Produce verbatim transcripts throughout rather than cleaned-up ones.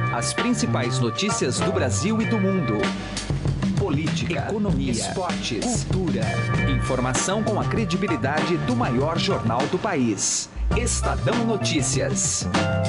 As principais notícias do Brasil e do mundo. Política, economia, esportes, cultura. Informação com a credibilidade do maior jornal do país. Estadão Notícias.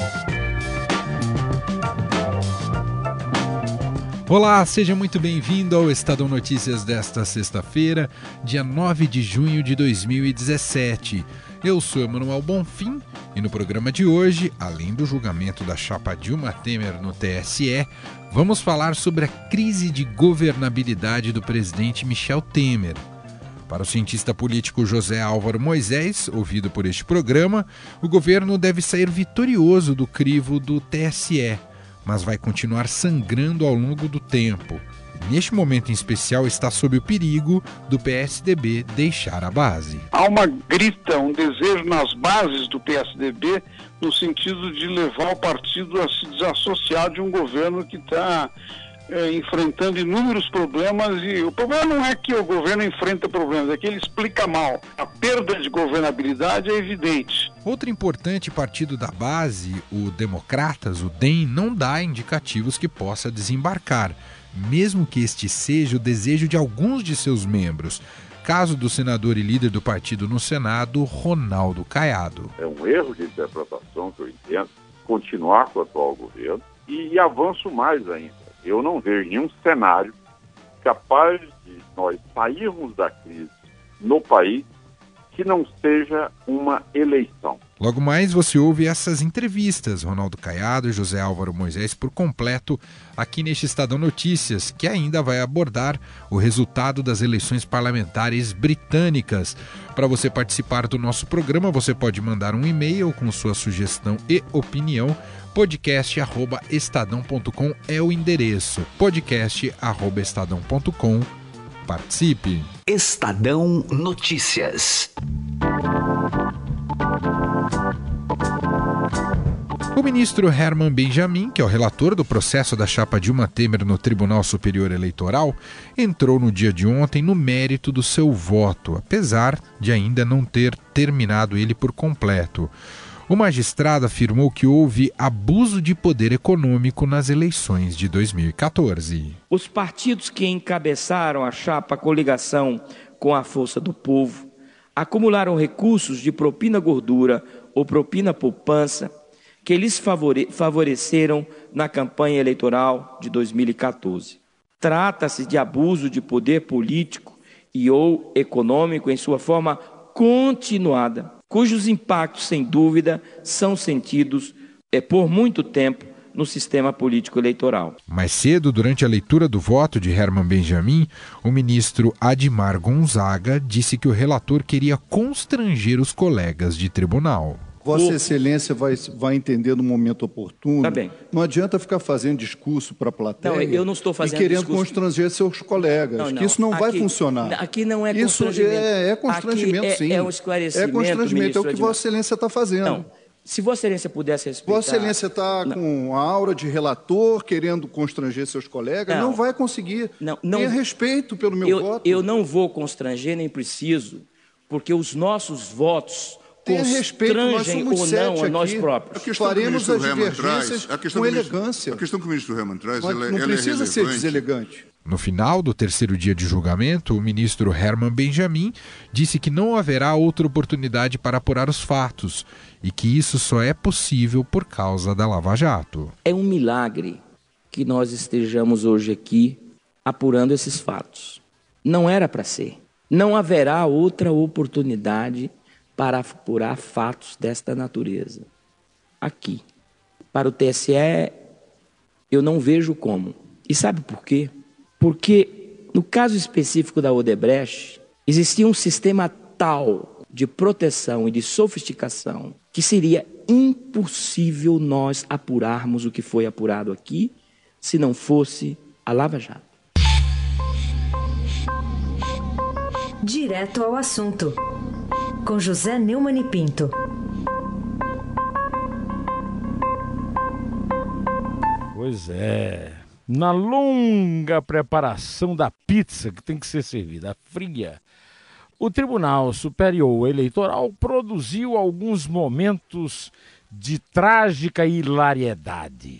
Olá, seja muito bem-vindo ao Estadão Notícias desta sexta-feira, dia nove de junho de dois mil e dezessete. Eu sou Emanuel Bonfim e no programa de hoje, além do julgamento da chapa Dilma Temer no T S E, vamos falar sobre a crise de governabilidade do presidente Michel Temer. Para o cientista político José Álvaro Moisés, ouvido por este programa, o governo deve sair vitorioso do crivo do T S E, mas vai continuar sangrando ao longo do tempo. Neste momento em especial está sob o perigo do P S D B deixar a base. Há uma grita, um desejo nas bases do P S D B no sentido de levar o partido a se desassociar de um governo que está é, enfrentando inúmeros problemas, e o problema não é que o governo enfrenta problemas, é que ele explica mal. A perda de governabilidade é evidente. Outro importante partido da base, o Democratas, o D E M, não dá indicativos que possa desembarcar, mesmo que este seja o desejo de alguns de seus membros. Caso do senador e líder do partido no Senado, Ronaldo Caiado. É um erro de interpretação que eu entendo, continuar com o atual governo, e, e avanço mais ainda. Eu não vejo nenhum cenário capaz de nós sairmos da crise no país que não seja uma eleição. Logo mais você ouve essas entrevistas, Ronaldo Caiado e José Álvaro Moisés, por completo, aqui neste Estadão Notícias, que ainda vai abordar o resultado das eleições parlamentares britânicas. Para você participar do nosso programa, você pode mandar um e-mail com sua sugestão e opinião. podcast arroba estadão ponto com é o endereço. podcast arroba estadão ponto com. Participe! Estadão Notícias. O ministro Herman Benjamin, que é o relator do processo da chapa Dilma Temer no Tribunal Superior Eleitoral, entrou no dia de ontem no mérito do seu voto, apesar de ainda não ter terminado ele por completo. O magistrado afirmou que houve abuso de poder econômico nas eleições de dois mil e quatorze. Os partidos que encabeçaram a chapa coligação com a Força do Povo acumularam recursos de propina gordura ou propina poupança que lhes favore- favoreceram na campanha eleitoral de dois mil e quatorze. Trata-se de abuso de poder político e ou econômico em sua forma continuada, cujos impactos, sem dúvida, são sentidos é, por muito tempo no sistema político eleitoral. Mais cedo, durante a leitura do voto de Herman Benjamin, o ministro Admar Gonzaga disse que o relator queria constranger os colegas de tribunal. Vossa Excelência vai, vai entender no momento oportuno. Tá bem. Não adianta ficar fazendo discurso para a plateia não, eu não estou fazendo e querendo discurso. constranger seus colegas. Não, não. Que isso não aqui, vai funcionar. Aqui não é isso constrangimento. É, é constrangimento, aqui sim. É, é um esclarecimento, É constrangimento, é o que Admar. Vossa Excelência está fazendo. Não. Se Vossa Excelência pudesse explicar... Vossa Excelência está com a aura de relator, querendo constranger seus colegas. Não, não vai conseguir. Não, não, Tenha respeito pelo meu eu, voto. Eu não vou constranger, nem preciso, porque os nossos votos Tenha respeito, nós somos ou sete não a aqui. nós próprios. Faremos as divergências com elegância. A questão que o ministro Herman traz, Mas ela, não ela precisa é ser deselegante. No final do terceiro dia de julgamento, o ministro Herman Benjamin disse que não haverá outra oportunidade para apurar os fatos e que isso só é possível por causa da Lava Jato. É um milagre que nós estejamos hoje aqui apurando esses fatos. Não era para ser. Não haverá outra oportunidade para apurar fatos desta natureza. Aqui. Para o T S E, eu não vejo como. E sabe por quê? Porque, no caso específico da Odebrecht, existia um sistema tal de proteção e de sofisticação que seria impossível nós apurarmos o que foi apurado aqui se não fosse a Lava Jato. Direto ao assunto, com José Neumann e Pinto. Pois é, na longa preparação da pizza que tem que ser servida fria, o Tribunal Superior Eleitoral produziu alguns momentos de trágica hilariedade.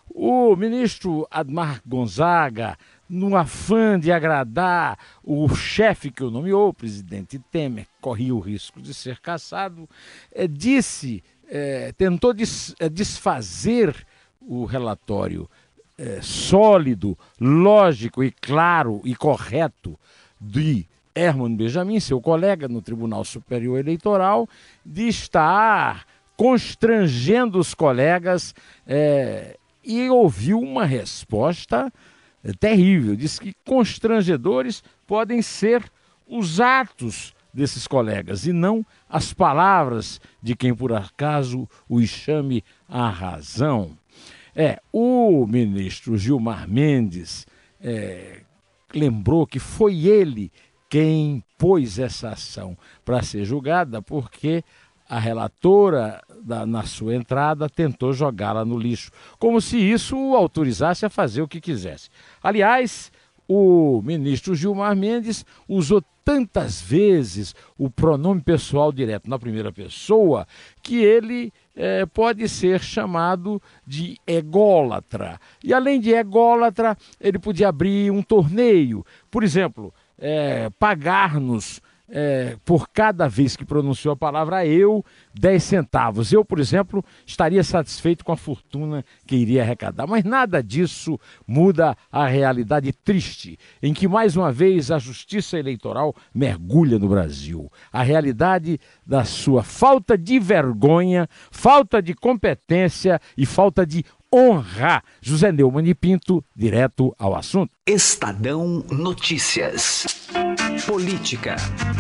O ministro Admar Gonzaga, no afã de agradar o chefe que o nomeou, o presidente Temer, corria o risco de ser cassado, eh, disse, eh, tentou des, eh, desfazer o relatório eh, sólido, lógico e claro e correto de Herman Benjamin, seu colega no Tribunal Superior Eleitoral, de estar constrangendo os colegas eh, e ouviu uma resposta terrível. Diz que constrangedores podem ser os atos desses colegas e não as palavras de quem por acaso os chame à razão. É, o ministro Gilmar Mendes é, lembrou que foi ele quem pôs essa ação para ser julgada, porque a relatora, da, na sua entrada, tentou jogá-la no lixo, como se isso o autorizasse a fazer o que quisesse. Aliás, o ministro Gilmar Mendes usou tantas vezes o pronome pessoal direto na primeira pessoa que ele eh, pode ser chamado de ególatra. E além de ególatra, ele podia abrir um torneio, por exemplo, eh, pagar-nos É, por cada vez que pronunciou a palavra eu, dez centavos. Eu, por exemplo, estaria satisfeito com a fortuna que iria arrecadar. Mas nada disso muda a realidade triste em que, mais uma vez, a justiça eleitoral mergulha no Brasil. A realidade da sua falta de vergonha, falta de competência e falta de honra. José Neumann e Pinto, direto ao assunto. Estadão Notícias. Política.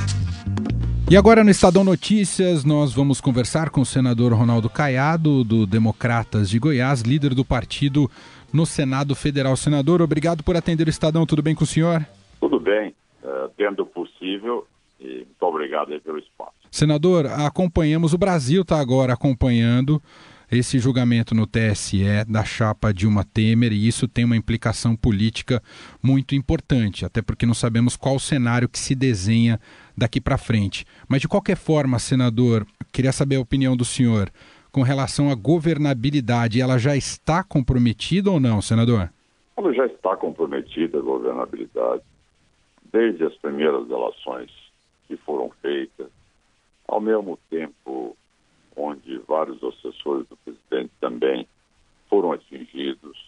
E agora no Estadão Notícias nós vamos conversar com o senador Ronaldo Caiado, do Democratas de Goiás, líder do partido no Senado Federal. Senador, obrigado por atender o Estadão. Tudo bem com o senhor? Tudo bem, uh, tendo possível, e muito obrigado aí pelo espaço. Senador, acompanhamos, o Brasil está agora acompanhando esse julgamento no T S E da chapa Dilma Temer, e isso tem uma implicação política muito importante, até porque não sabemos qual o cenário que se desenha daqui para frente. Mas de qualquer forma, senador, queria saber a opinião do senhor com relação à governabilidade. Ela já está comprometida ou não, senador? Ela já está comprometida, a governabilidade, desde as primeiras eleições que foram feitas, ao mesmo tempo onde vários assessores do presidente também foram atingidos.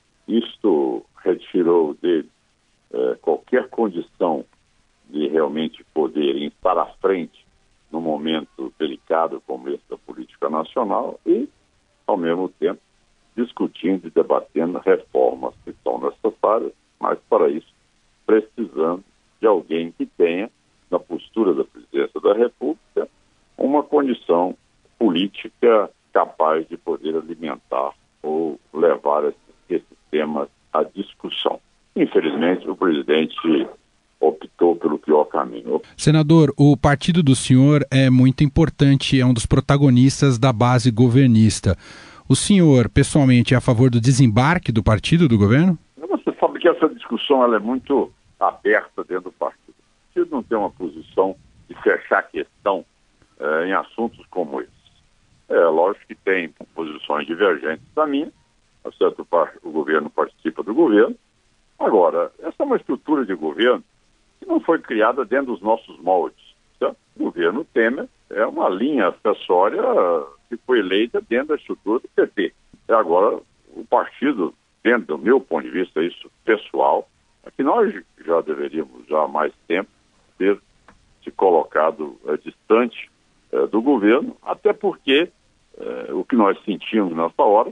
Isto retirou dele eh, qualquer condição de realmente poder estar à frente num momento delicado como esse da política nacional e, ao mesmo tempo, discutindo e debatendo reformas que são necessárias, mas, para isso, precisando de alguém que tenha, na postura da presidência da República, uma condição política capaz de poder alimentar ou levar esses, esses temas à discussão. Infelizmente, o presidente optou pelo pior caminho. Senador, o partido do senhor é muito importante, é um dos protagonistas da base governista. O senhor, pessoalmente, é a favor do desembarque do partido do governo? Você sabe que essa discussão ela é muito aberta dentro do partido. O partido não tem uma posição de fechar a questão eh, em assuntos como esse. É lógico que tem posições divergentes da minha, certo? O governo participa do governo. Agora, essa é uma estrutura de governo que não foi criada dentro dos nossos moldes. Certo? O governo Temer é uma linha acessória que foi eleita dentro da estrutura do P T. E agora, o partido, dentro do meu ponto de vista, isso pessoal, é que nós já deveríamos, já há mais tempo, ter se colocado é, distante é, do governo, até porque é, o que nós sentimos nessa hora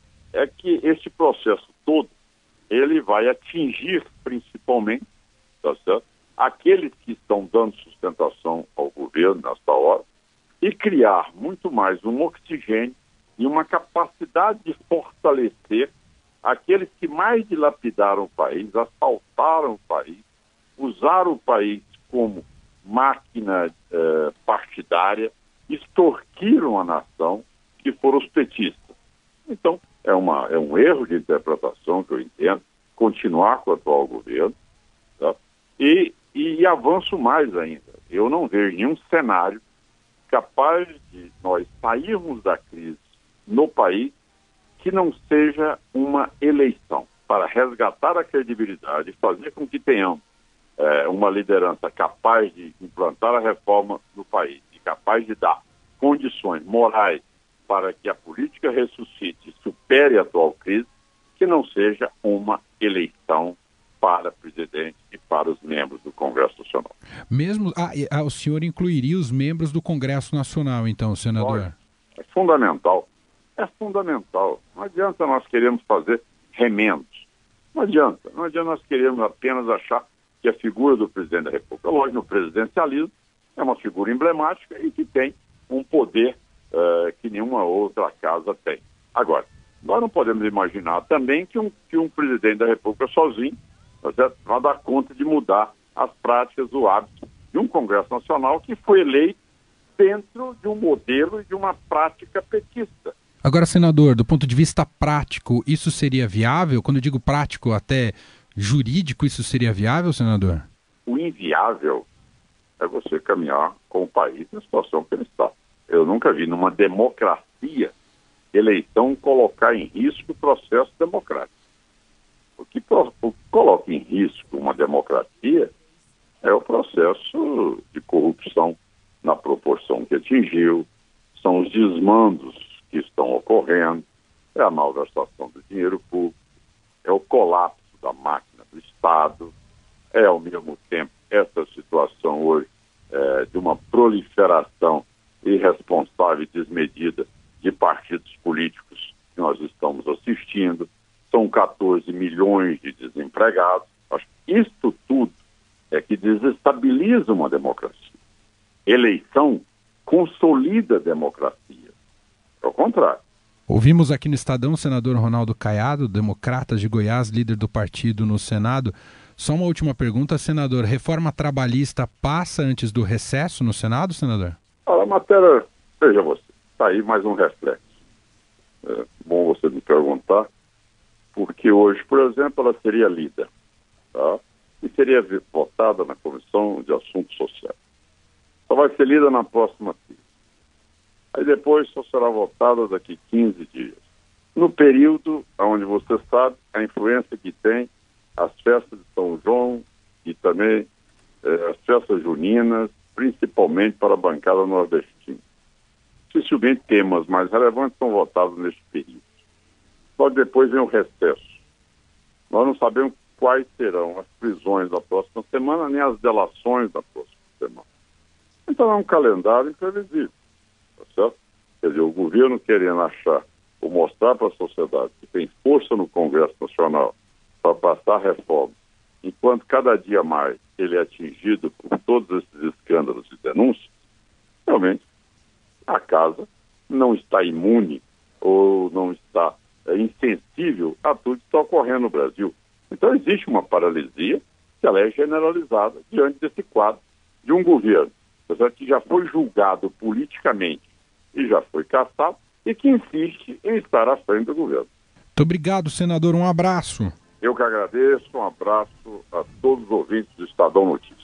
é que este processo todo, ele vai atingir principalmente, tá certo? Aqueles que estão dando sustentação ao governo nessa hora e criar muito mais um oxigênio e uma capacidade de fortalecer aqueles que mais dilapidaram o país, assaltaram o país, usaram o país como máquina eh, partidária, extorquiram a nação, que foram os petistas. Então, é, uma, é um erro de interpretação que eu entendo, continuar com o atual governo, tá? e, e, e avanço mais ainda. Eu não vejo nenhum cenário capaz de nós sairmos da crise no país que não seja uma eleição, para resgatar a credibilidade e fazer com que tenhamos é, uma liderança capaz de implantar a reforma no país e capaz de dar condições morais para que a política ressuscite e supere a atual crise, que não seja uma eleição para presidente e para os membros do Congresso Nacional. Mesmo ah, ah, o senhor incluiria os membros do Congresso Nacional, então, senador? É fundamental. É fundamental. Não adianta nós queremos fazer remendos. Não adianta. Não adianta nós queremos apenas achar que a figura do presidente da República, lógico, no presidencialismo, é uma figura emblemática e que tem um poder uh, que nenhuma outra casa tem. Agora, nós não podemos imaginar também que um, que um presidente da República sozinho vai dar conta de mudar as práticas, o hábito de um Congresso Nacional que foi eleito dentro de um modelo e de uma prática petista. Agora, senador, do ponto de vista prático, isso seria viável? Quando eu digo prático, até jurídico, isso seria viável, senador? O inviável é você caminhar com o país na situação que ele está. Eu nunca vi numa democracia eleição colocar em risco o processo democrático. O que, o que coloca em risco uma democracia é o processo de corrupção na proporção que atingiu, são os desmandos que estão ocorrendo, é a malversação do dinheiro público, é o colapso da máquina do Estado, é ao mesmo tempo essa situação hoje é, de uma proliferação irresponsável e desmedida de partidos políticos que nós estamos assistindo, são catorze milhões de desempregados. Acho que isto tudo é que desestabiliza uma democracia. Eleição consolida a democracia. É o contrário. Ouvimos aqui no Estadão o senador Ronaldo Caiado, democrata de Goiás, líder do partido no Senado. Só uma última pergunta, senador. Reforma trabalhista passa antes do recesso no Senado, senador? A matéria, veja você, está aí mais um reflexo. É bom você me perguntar, porque hoje, por exemplo, ela seria lida, tá? E seria votada na Comissão de Assuntos Sociais. Só vai ser lida na próxima quinta. Aí depois só será votada daqui quinze dias. No período onde você sabe a influência que tem as festas de São João e também eh, as festas juninas, principalmente para a bancada nordestina. Dificilmente temas mais relevantes são votados neste período. Só depois vem o recesso. Nós não sabemos quais serão as prisões da próxima semana, nem as delações da próxima semana. Então é um calendário imprevisível, tá certo? Quer dizer, o governo querendo achar ou mostrar para a sociedade que tem força no Congresso Nacional para passar reforma, enquanto cada dia mais ele é atingido por todos esses escândalos e denúncias, realmente a casa não está imune ou não está é, insensível a tudo que está ocorrendo no Brasil. Então existe uma paralisia que ela é generalizada diante desse quadro de um governo que já foi julgado politicamente e já foi cassado e que insiste em estar à frente do governo. Muito obrigado, senador. Um abraço. Eu que agradeço. Um abraço a todos os ouvintes do Estadão Notícias.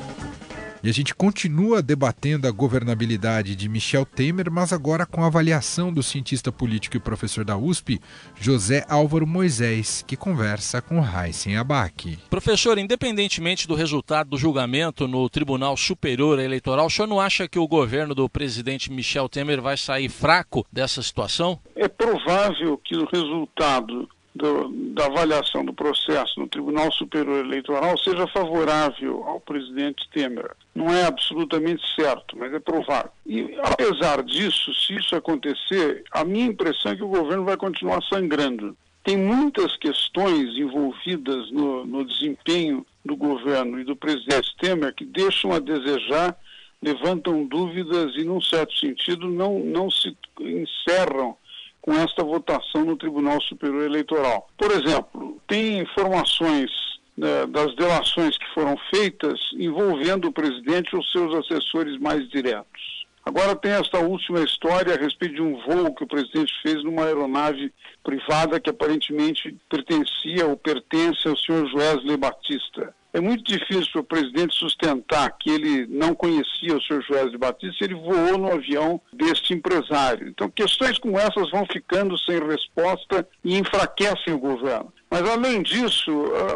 E a gente continua debatendo a governabilidade de Michel Temer, mas agora com a avaliação do cientista político e professor da U S P, José Álvaro Moisés, que conversa com Raíssen Abac. Professor, independentemente do resultado do julgamento no Tribunal Superior Eleitoral, o senhor não acha que o governo do presidente Michel Temer vai sair fraco dessa situação? É provável que o resultado Do, da avaliação do processo no Tribunal Superior Eleitoral seja favorável ao presidente Temer. Não é absolutamente certo, mas é provável. E, apesar disso, se isso acontecer, a minha impressão é que o governo vai continuar sangrando. Tem muitas questões envolvidas no, no desempenho do governo e do presidente Temer que deixam a desejar, levantam dúvidas e, num certo sentido, não, não se encerram com esta votação no Tribunal Superior Eleitoral. Por exemplo, tem informações né, das delações que foram feitas envolvendo o presidente ou seus assessores mais diretos. Agora tem esta última história a respeito de um voo que o presidente fez numa aeronave privada que aparentemente pertencia ou pertence ao senhor Joesley Batista. É muito difícil para o presidente sustentar que ele não conhecia o senhor Joesley Batista se ele voou no avião deste empresário. Então, questões como essas vão ficando sem resposta e enfraquecem o governo. Mas, além disso,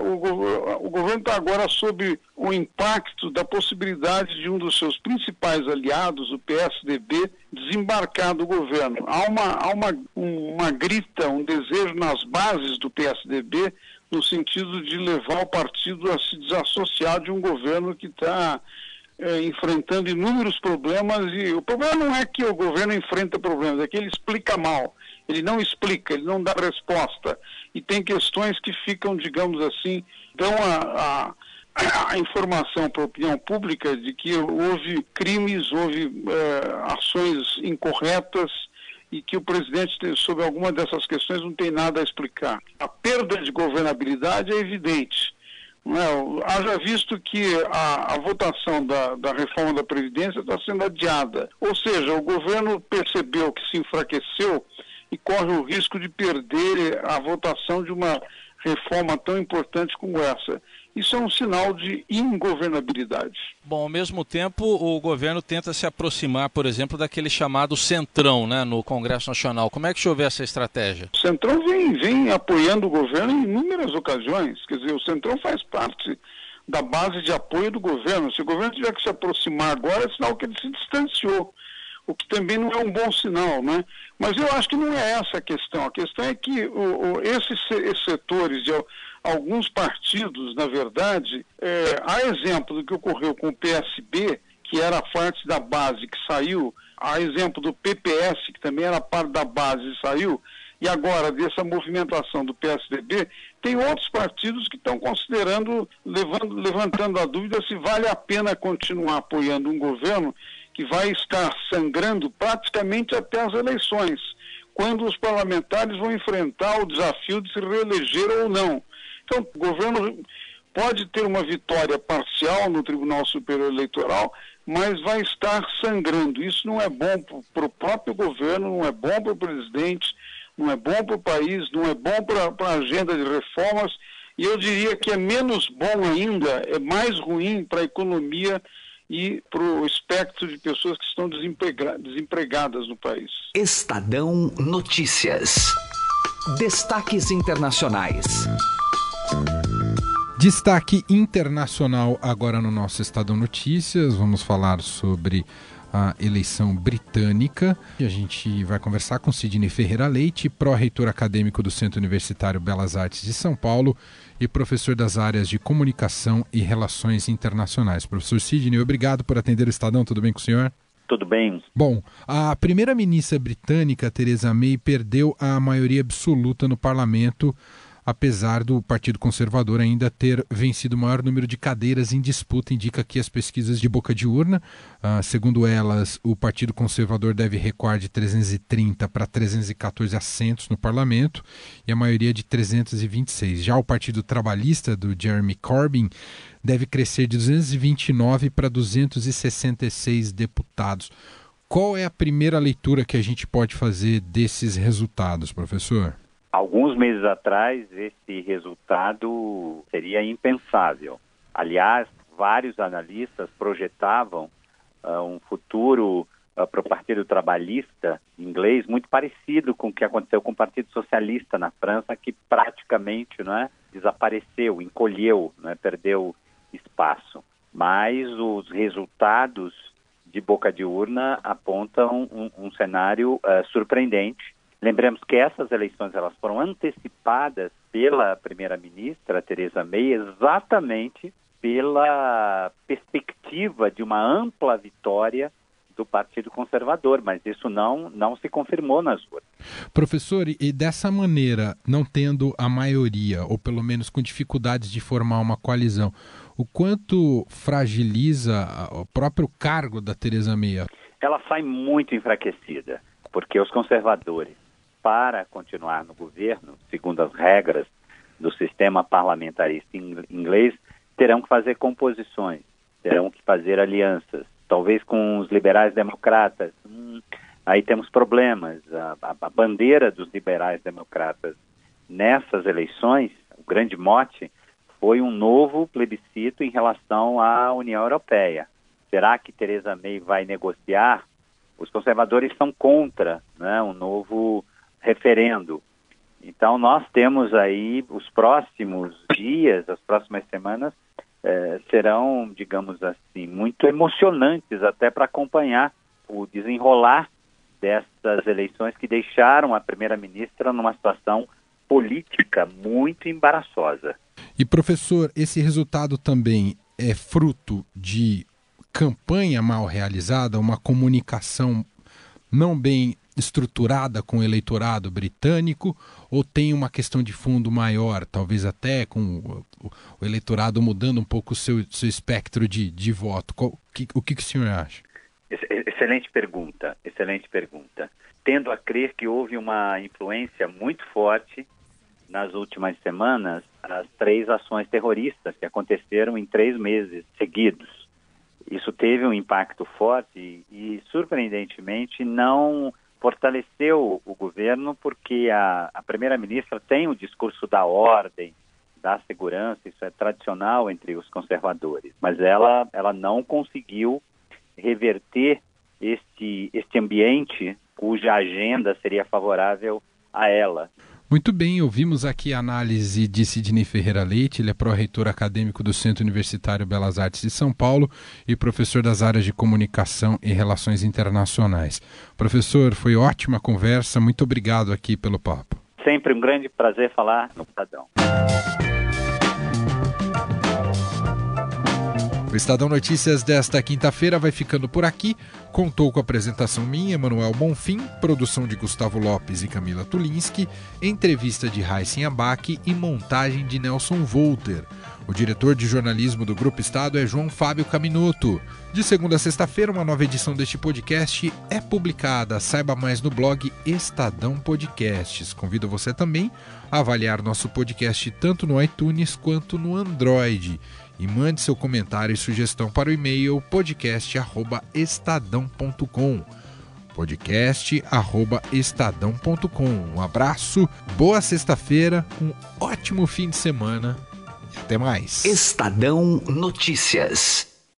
o, o governo está agora sob o impacto da possibilidade de um dos seus principais aliados, o P S D B, desembarcar do governo. Há uma, há uma, uma grita, um desejo nas bases do P S D B no sentido de levar o partido a se desassociar de um governo que está é, enfrentando inúmeros problemas. E o problema não é que o governo enfrenta problemas, é que ele explica mal. Ele não explica, ele não dá resposta. E tem questões que ficam, digamos assim, dão a, a, a informação para a opinião pública de que houve crimes, houve é, ações incorretas e que o presidente, sobre alguma dessas questões, não tem nada a explicar. A perda de governabilidade é evidente. Não é? Haja visto que a, a votação da, da reforma da Previdência está sendo adiada. Ou seja, o governo percebeu que se enfraqueceu e corre o risco de perder a votação de uma reforma tão importante como essa. Isso é um sinal de ingovernabilidade. Bom, ao mesmo tempo, o governo tenta se aproximar, por exemplo, daquele chamado Centrão, né, no Congresso Nacional. Como é que houve essa estratégia? O Centrão vem, vem apoiando o governo em inúmeras ocasiões. Quer dizer, o Centrão faz parte da base de apoio do governo. Se o governo tiver que se aproximar agora, é sinal que ele se distanciou, o que também não é um bom sinal, né? Mas eu acho que não é essa a questão. A questão é que o, o, esses, esses setores de alguns partidos, na verdade, é, há exemplo do que ocorreu com o P S B, que era parte da base que saiu, há exemplo do P P S, que também era parte da base e saiu, e agora dessa movimentação do P S D B, tem outros partidos que estão considerando, levando, levantando a dúvida se vale a pena continuar apoiando um governo que vai estar sangrando praticamente até as eleições, quando os parlamentares vão enfrentar o desafio de se reeleger ou não. Então, o governo pode ter uma vitória parcial no Tribunal Superior Eleitoral, mas vai estar sangrando. Isso não é bom para o próprio governo, não é bom para o presidente, não é bom para o país, não é bom para a agenda de reformas, e eu diria que é menos bom ainda, é mais ruim para a economia e para o espectro de pessoas que estão desempregadas no país. Estadão Notícias. Destaques internacionais. Destaque internacional agora no nosso Estadão Notícias. Vamos falar sobre a eleição britânica. E a gente vai conversar com Sidney Ferreira Leite, pró-reitor acadêmico do Centro Universitário Belas Artes de São Paulo e professor das áreas de comunicação e relações internacionais. Professor Sidney, obrigado por atender o Estadão. Tudo bem com o senhor? Tudo bem. Bom, a primeira-ministra britânica, Theresa May, perdeu a maioria absoluta no parlamento, apesar do Partido Conservador ainda ter vencido o maior número de cadeiras em disputa, indica aqui as pesquisas de boca de urna. Uh, segundo elas, o Partido Conservador deve recuar de trezentos e trinta para trezentos e quatorze assentos no parlamento e a maioria de trezentos e vinte e seis. Já o Partido Trabalhista, do Jeremy Corbyn, deve crescer de duzentos e vinte e nove para duzentos e sessenta e seis deputados. Qual é a primeira leitura que a gente pode fazer desses resultados, professor? Alguns meses atrás, esse resultado seria impensável. Aliás, vários analistas projetavam uh, um futuro uh, para o Partido Trabalhista inglês muito parecido com o que aconteceu com o Partido Socialista na França, que praticamente, não é, desapareceu, encolheu, não é, perdeu espaço. Mas os resultados de boca de urna apontam um, um cenário uh, surpreendente. Lembremos que essas eleições elas foram antecipadas pela primeira-ministra Theresa May exatamente pela perspectiva de uma ampla vitória do Partido Conservador, mas isso não, não se confirmou nas ruas. Professor, e dessa maneira, não tendo a maioria, ou pelo menos com dificuldades de formar uma coalizão, o quanto fragiliza o próprio cargo da Theresa May? Ela sai muito enfraquecida, porque os conservadores, para continuar no governo, segundo as regras do sistema parlamentarista inglês, terão que fazer composições, terão que fazer alianças, talvez com os liberais democratas. Hum, aí temos problemas. A, a, a bandeira dos liberais democratas nessas eleições, o grande mote, foi um novo plebiscito em relação à União Europeia. Será que Theresa May vai negociar? Os conservadores são contra, né, um novo referendo. Então, nós temos aí os próximos dias, as próximas semanas, eh, serão, digamos assim, muito emocionantes até para acompanhar o desenrolar dessas eleições que deixaram a primeira-ministra numa situação política muito embaraçosa. E, professor, esse resultado também é fruto de campanha mal realizada, uma comunicação não bem estruturada com o eleitorado britânico, ou tem uma questão de fundo maior, talvez até com o, o eleitorado mudando um pouco o seu, seu espectro de, de voto? Qual, que, o que, que o senhor acha? Excelente pergunta, excelente pergunta. Tendo a crer que houve uma influência muito forte nas últimas semanas, as três ações terroristas que aconteceram em três meses seguidos. Isso teve um impacto forte e, e surpreendentemente, não fortaleceu o governo, porque a, a primeira-ministra tem o discurso da ordem, da segurança, isso é tradicional entre os conservadores, mas ela, ela não conseguiu reverter este, este ambiente cuja agenda seria favorável a ela. Muito bem, ouvimos aqui a análise de Sidney Ferreira Leite, ele é pró-reitor acadêmico do Centro Universitário Belas Artes de São Paulo e professor das áreas de comunicação e relações internacionais. Professor, foi ótima conversa, muito obrigado aqui pelo papo. Sempre um grande prazer falar no Estadão. O Estadão Notícias desta quinta-feira vai ficando por aqui. Contou com a apresentação minha, Emanuel Bonfim, produção de Gustavo Lopes e Camila Tulinski, entrevista de Raíssen Abac e montagem de Nelson Volter. O diretor de jornalismo do Grupo Estado é João Fábio Caminoto. De segunda a sexta-feira, uma nova edição deste podcast é publicada. Saiba mais no blog Estadão Podcasts. Convido você também a avaliar nosso podcast tanto no iTunes quanto no Android. E mande seu comentário e sugestão para o e-mail podcast arroba estadão ponto com. podcast arroba estadão ponto com. Um abraço, boa sexta-feira, um ótimo fim de semana e até mais. Estadão Notícias.